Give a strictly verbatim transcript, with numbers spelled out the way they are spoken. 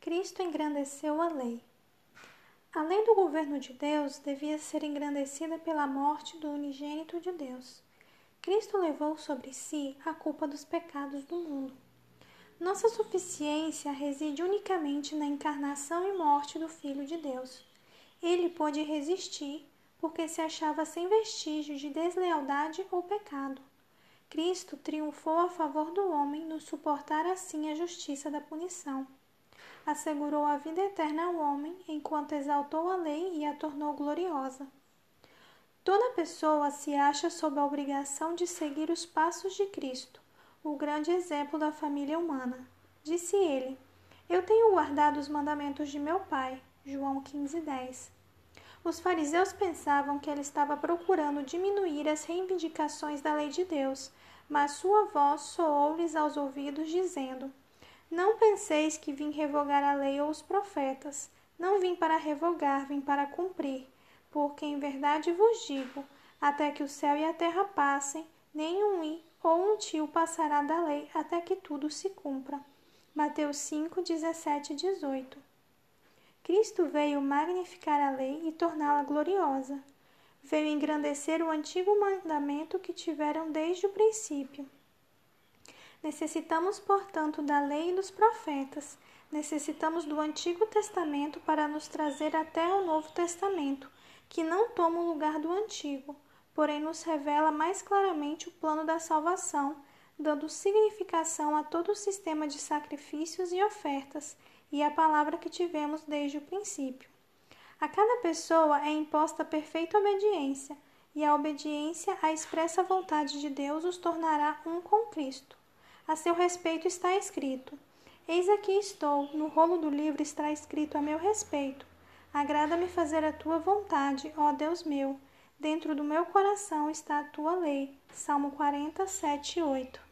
Cristo engrandeceu a lei. A lei do governo de Deus devia ser engrandecida pela morte do unigênito de Deus. Cristo levou sobre si a culpa dos pecados do mundo. Nossa suficiência reside unicamente na encarnação e morte do Filho de Deus. Ele pôde resistir porque se achava sem vestígio de deslealdade ou pecado. Cristo triunfou a favor do homem no suportar assim a justiça da punição. Assegurou a vida eterna ao homem, enquanto exaltou a lei e a tornou gloriosa. Toda pessoa se acha sob a obrigação de seguir os passos de Cristo, o grande exemplo da família humana. Disse ele: Eu tenho guardado os mandamentos de meu Pai. João quinze, dez. Os fariseus pensavam que ele estava procurando diminuir as reivindicações da lei de Deus, mas sua voz soou-lhes aos ouvidos, dizendo: Não penseis que vim revogar a lei ou os profetas. Não vim para revogar, vim para cumprir. Porque em verdade vos digo, até que o céu e a terra passem, nem um i ou um tio passará da lei até que tudo se cumpra. Mateus cinco, dezessete e dezoito. Cristo veio magnificar a lei e torná-la gloriosa. Veio engrandecer o antigo mandamento que tiveram desde o princípio. Necessitamos, portanto, da lei e dos profetas. Necessitamos do Antigo Testamento para nos trazer até o Novo Testamento, que não toma o lugar do Antigo, porém nos revela mais claramente o plano da salvação, dando significação a todo o sistema de sacrifícios e ofertas, e a palavra que tivemos desde o princípio. A cada pessoa é imposta perfeita obediência, e a obediência à expressa vontade de Deus os tornará um com Cristo. A seu respeito está escrito: Eis aqui estou, no rolo do livro está escrito a meu respeito. Agrada-me fazer a tua vontade, ó Deus meu. Dentro do meu coração está a tua lei. Salmo quarenta, sete e oito.